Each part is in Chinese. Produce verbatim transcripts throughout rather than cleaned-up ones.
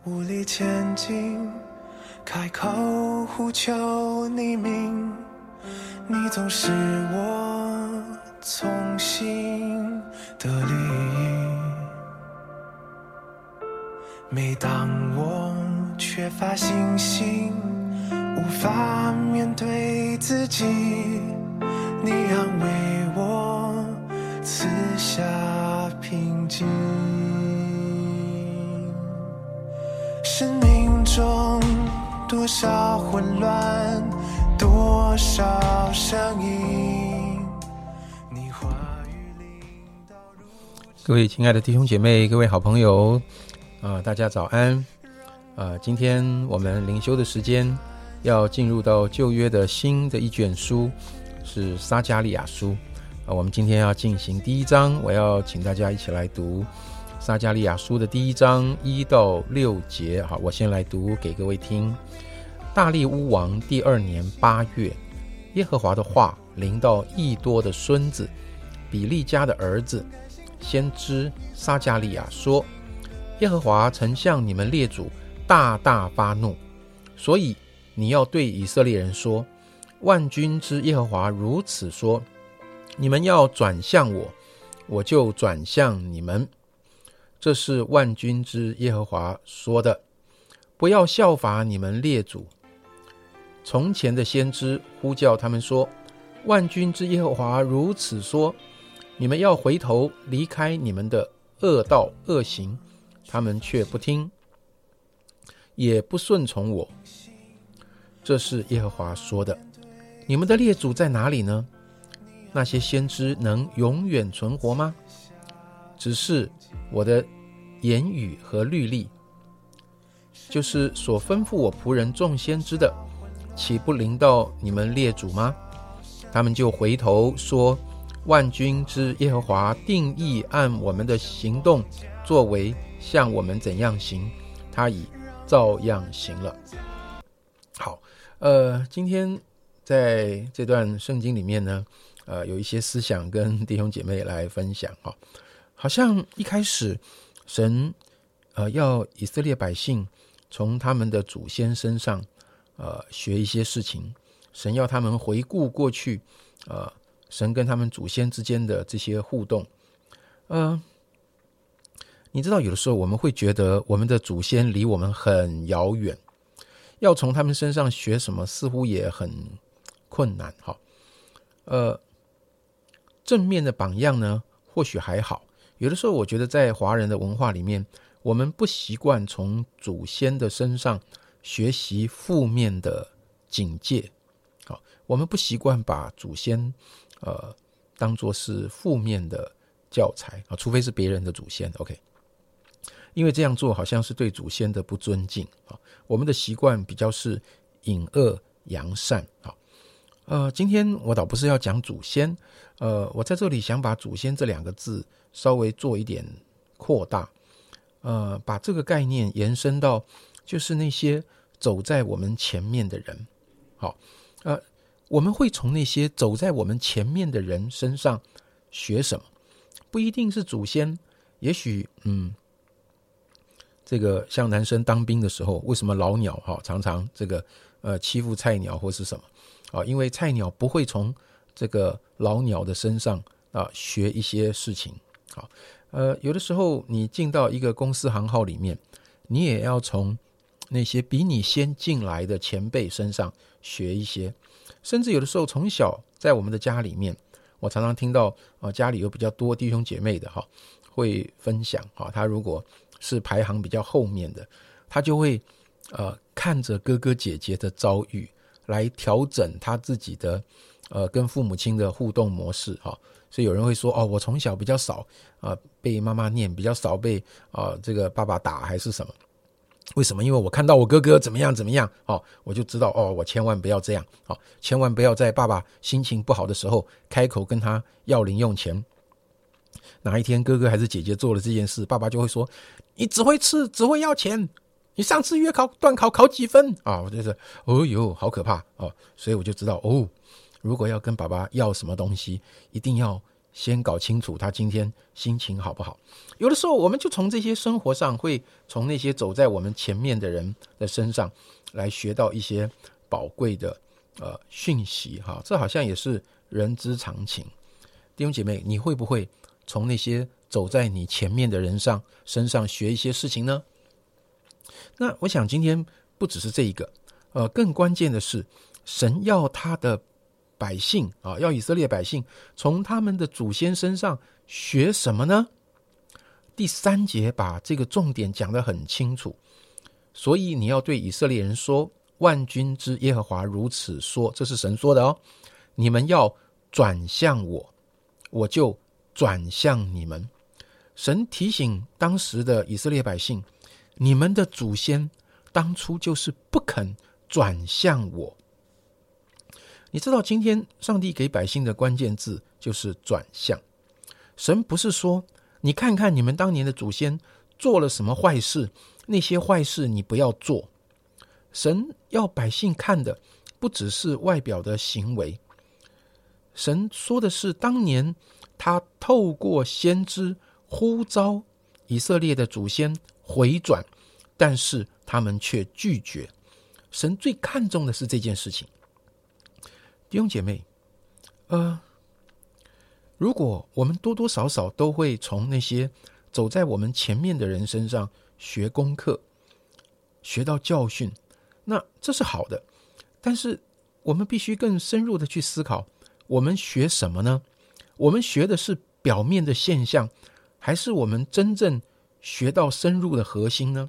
无力前进，开口呼求你名，你总是我从心的力。每当我缺乏信心，无法面对自己，你安慰我，赐下平静。生命中多少混乱，多少声音，你话语领导如。 各位亲爱的弟兄姐妹，各位好朋友，呃、大家早安。呃、今天我们灵修的时间要进入到旧约的新的一卷书，是撒迦利亚书。呃、我们今天要进行第一章，我要请大家一起来读撒迦利亚书的第一章一到六节。好，我先来读给各位听。大利乌王第二年八月，耶和华的话临到益多的孙子比利家的儿子先知撒迦利亚说：耶和华曾向你们列祖大大发怒，所以你要对以色列人说，万军之耶和华如此说，你们要转向我，我就转向你们。这是万军之耶和华说的。不要效法你们列祖从前的先知，呼叫他们说，万军之耶和华如此说，你们要回头离开你们的恶道恶行，他们却不听，也不顺从我。这是耶和华说的。你们的列祖在哪里呢？那些先知能永远存活吗？只是我的言语和律例，就是所吩咐我仆人众先知的，岂不临到你们列祖吗？他们就回头说，万军之耶和华定义按我们的行动作为像我们怎样行，他已照样行了。好，呃，今天在这段圣经里面呢，呃，有一些思想跟弟兄姐妹来分享。哦，好像一开始神呃要以色列百姓从他们的祖先身上呃学一些事情，神要他们回顾过去，呃，神跟他们祖先之间的这些互动。呃，你知道有的时候我们会觉得我们的祖先离我们很遥远，要从他们身上学什么似乎也很困难。好，呃，正面的榜样呢或许还好，有的时候我觉得在华人的文化里面，我们不习惯从祖先的身上学习负面的警戒。好，我们不习惯把祖先呃当作是负面的教材，除非是别人的祖先 OK， 因为这样做好像是对祖先的不尊敬。我们的习惯比较是隐恶扬善。好，呃，今天我倒不是要讲祖先，呃，我在这里想把祖先这两个字稍微做一点扩大，呃，把这个概念延伸到就是那些走在我们前面的人。好，呃，我们会从那些走在我们前面的人身上学什么？不一定是祖先，也许嗯，这个像男生当兵的时候，为什么老鸟哈常常这个呃欺负菜鸟或是什么啊？因为菜鸟不会从这个老鸟的身上啊学一些事情。好，呃，有的时候你进到一个公司行号里面，你也要从那些比你先进来的前辈身上学一些，甚至有的时候从小在我们的家里面，我常常听到、呃、家里有比较多弟兄姐妹的哈，会分享哈，他如果是排行比较后面的，他就会呃看着哥哥姐姐的遭遇来调整他自己的呃跟父母亲的互动模式哈。所以有人会说，哦，我从小比较少呃被妈妈念，比较少被呃这个爸爸打还是什么？为什么？因为我看到我哥哥怎么样怎么样，哦，我就知道哦，我千万不要这样，哦，千万不要在爸爸心情不好的时候开口跟他要零用钱。哪一天哥哥还是姐姐做了这件事，爸爸就会说，你只会吃，只会要钱，你上次月考段考考几分啊？我就是哦哟，好可怕哦！所以我就知道哦，如果要跟爸爸要什么东西，一定要先搞清楚他今天心情好不好。有的时候我们就从这些生活上，会从那些走在我们前面的人的身上来学到一些宝贵的呃讯息哈，这好像也是人之常情。弟兄姐妹，你会不会从那些走在你前面的人上身上学一些事情呢？那我想今天不只是这一个，呃，更关键的是，神要他的百姓啊，要以色列百姓从他们的祖先身上学什么呢？第三节把这个重点讲得很清楚，所以你要对以色列人说，万军之耶和华如此说，这是神说的哦，你们要转向我，我就转向你们。神提醒当时的以色列百姓，你们的祖先当初就是不肯转向我。你知道今天上帝给百姓的关键字就是转向。神不是说你看看你们当年的祖先做了什么坏事，那些坏事你不要做。神要百姓看的不只是外表的行为，神说的是当年他透过先知呼召以色列的祖先回转，但是他们却拒绝。神最看重的是这件事情。弟兄姐妹，呃，如果我们多多少少都会从那些走在我们前面的人身上学功课，学到教训，那这是好的。但是我们必须更深入的去思考，我们学什么呢？我们学的是表面的现象，还是我们真正学到深入的核心呢？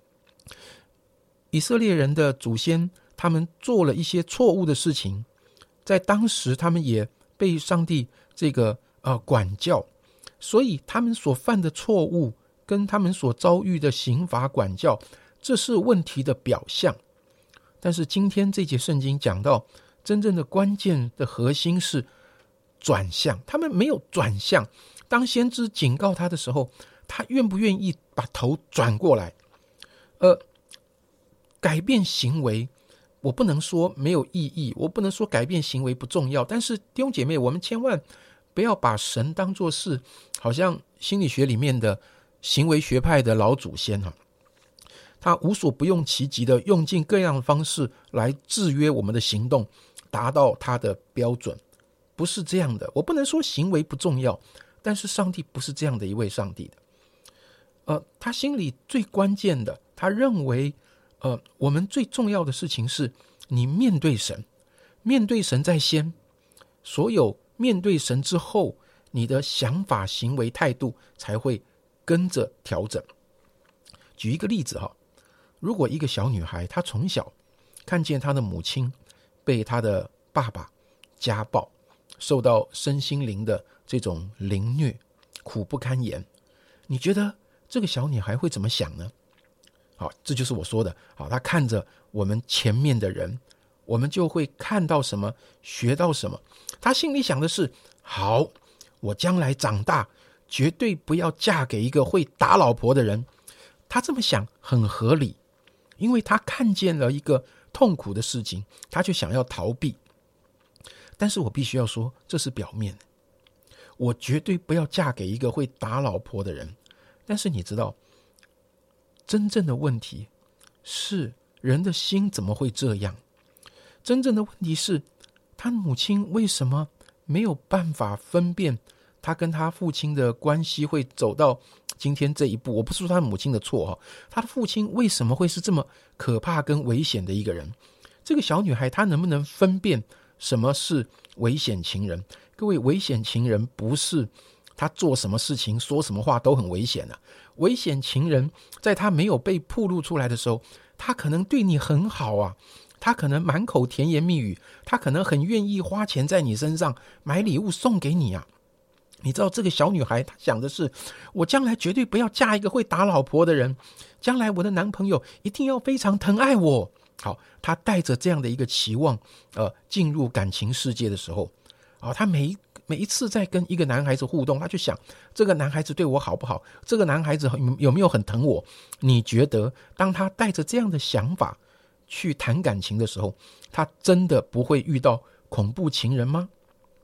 以色列人的祖先，他们做了一些错误的事情，在当时他们也被上帝这个呃管教，所以他们所犯的错误跟他们所遭遇的刑罚管教，这是问题的表象。但是今天这节圣经讲到，真正的关键的核心是转向。他们没有转向，当先知警告他的时候，他愿不愿意把头转过来？呃，改变行为，我不能说没有意义，我不能说改变行为不重要，但是弟兄姐妹，我们千万不要把神当作是好像心理学里面的行为学派的老祖先哈，他无所不用其极的用尽各样的方式来制约我们的行动，达到他的标准。不是这样的。我不能说行为不重要，但是上帝不是这样的一位上帝的。呃，他心里最关键的，他认为呃，我们最重要的事情是你面对神，面对神在先，所有面对神之后，你的想法、行为、态度才会跟着调整。举一个例子哈，如果一个小女孩，她从小看见她的母亲被她的爸爸家暴，受到身心灵的这种凌虐，苦不堪言，你觉得这个小女孩会怎么想呢？好，这就是我说的。好，她看着我们前面的人，我们就会看到什么，学到什么。她心里想的是，好，我将来长大，绝对不要嫁给一个会打老婆的人。她这么想很合理，因为她看见了一个痛苦的事情，她就想要逃避。但是我必须要说，这是表面的，我绝对不要嫁给一个会打老婆的人。但是你知道，真正的问题是人的心怎么会这样？真正的问题是他母亲为什么没有办法分辨他跟他父亲的关系会走到今天这一步？我不是说他母亲的错，他的父亲为什么会是这么可怕跟危险的一个人？这个小女孩她能不能分辨什么是危险情人？各位，危险情人不是他做什么事情说什么话都很危险啊。危险情人在他没有被暴露出来的时候，他可能对你很好啊，他可能满口甜言蜜语，他可能很愿意花钱在你身上买礼物送给你啊。你知道这个小女孩她想的是，我将来绝对不要嫁一个会打老婆的人，将来我的男朋友一定要非常疼爱我。好，她带着这样的一个期望呃，进入感情世界的时候，哦，她每一每一次在跟一个男孩子互动，她就想这个男孩子对我好不好，这个男孩子有没有很疼我。你觉得当她带着这样的想法去谈感情的时候，她真的不会遇到恐怖情人吗？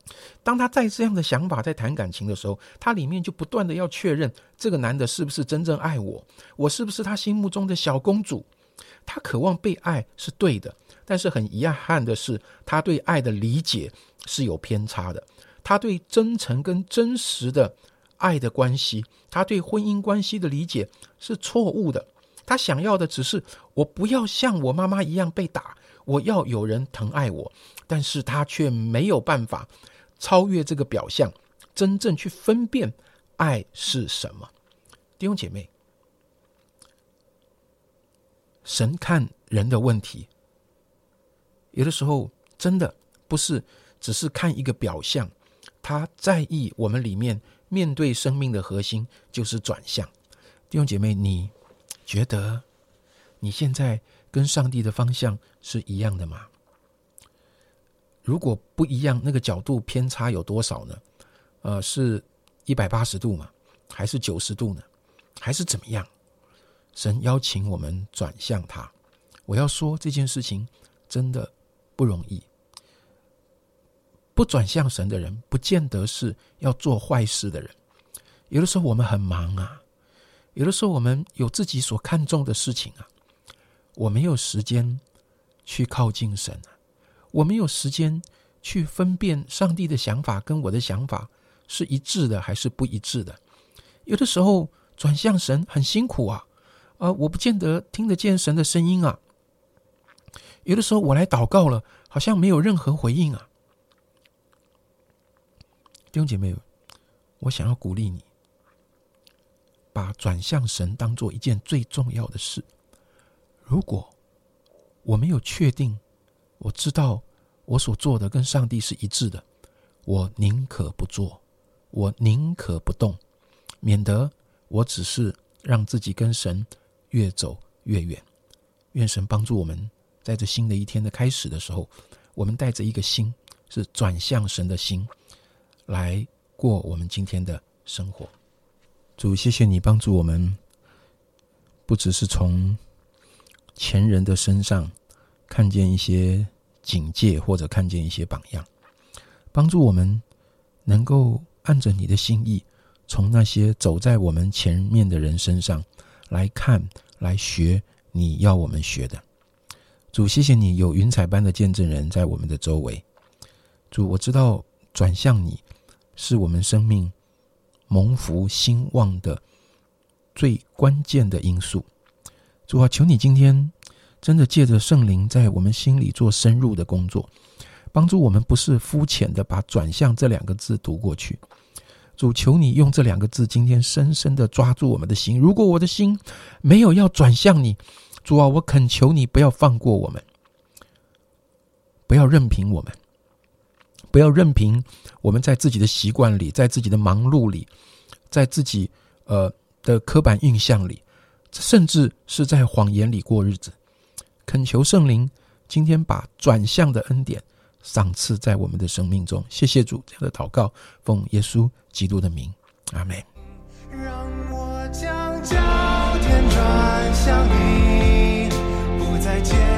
当他在这样的想法在谈感情的时候，他里面就不断的要确认这个男的是不是真正爱我，我是不是他心目中的小公主。他渴望被爱是对的，但是很遗憾的是，他对爱的理解是有偏差的。他对真诚跟真实的爱的关系，他对婚姻关系的理解是错误的。他想要的只是我不要像我妈妈一样被打，我要有人疼爱我，但是他却没有办法超越这个表象，真正去分辨爱是什么。弟兄姐妹，神看人的问题，有的时候真的不是只是看一个表象，他在意我们里面面对生命的核心就是转向。弟兄姐妹，你觉得你现在跟上帝的方向是一样的吗？如果不一样，那个角度偏差有多少呢？呃，是一百八十度吗？还是九十度呢？还是怎么样？神邀请我们转向他。我要说这件事情真的不容易。不转向神的人，不见得是要做坏事的人。有的时候我们很忙啊，有的时候我们有自己所看重的事情啊，我没有时间去靠近神啊，我没有时间去分辨上帝的想法跟我的想法是一致的还是不一致的。有的时候转向神很辛苦啊，呃，我不见得听得见神的声音啊。有的时候我来祷告了，好像没有任何回应啊。弟兄姐妹，我想要鼓励你，把转向神当作一件最重要的事。如果我没有确定，我知道我所做的跟上帝是一致的，我宁可不做，我宁可不动，免得我只是让自己跟神越走越远。愿神帮助我们，在这新的一天的开始的时候，我们带着一个心，是转向神的心，来过我们今天的生活。主，谢谢你帮助我们，不只是从前人的身上看见一些警戒，或者看见一些榜样，帮助我们能够按着你的心意，从那些走在我们前面的人身上来看，来学你要我们学的。主，谢谢你有云彩般的见证人在我们的周围。主，我知道转向你是我们生命蒙福兴旺的最关键的因素。主啊，求你今天真的借着圣灵在我们心里做深入的工作，帮助我们不是肤浅的把转向这两个字读过去。主，求你用这两个字今天深深的抓住我们的心。如果我的心没有要转向你，主啊，我恳求你不要放过我们，不要任凭我们，不要任凭我们在自己的习惯里，在自己的忙碌里，在自己呃的刻板印象里，甚至是在谎言里过日子。恳求圣灵今天把转向的恩典赏赐在我们的生命中。谢谢主，这样的祷告奉耶稣基督的名，阿们。 让我将焦点转向你，不再见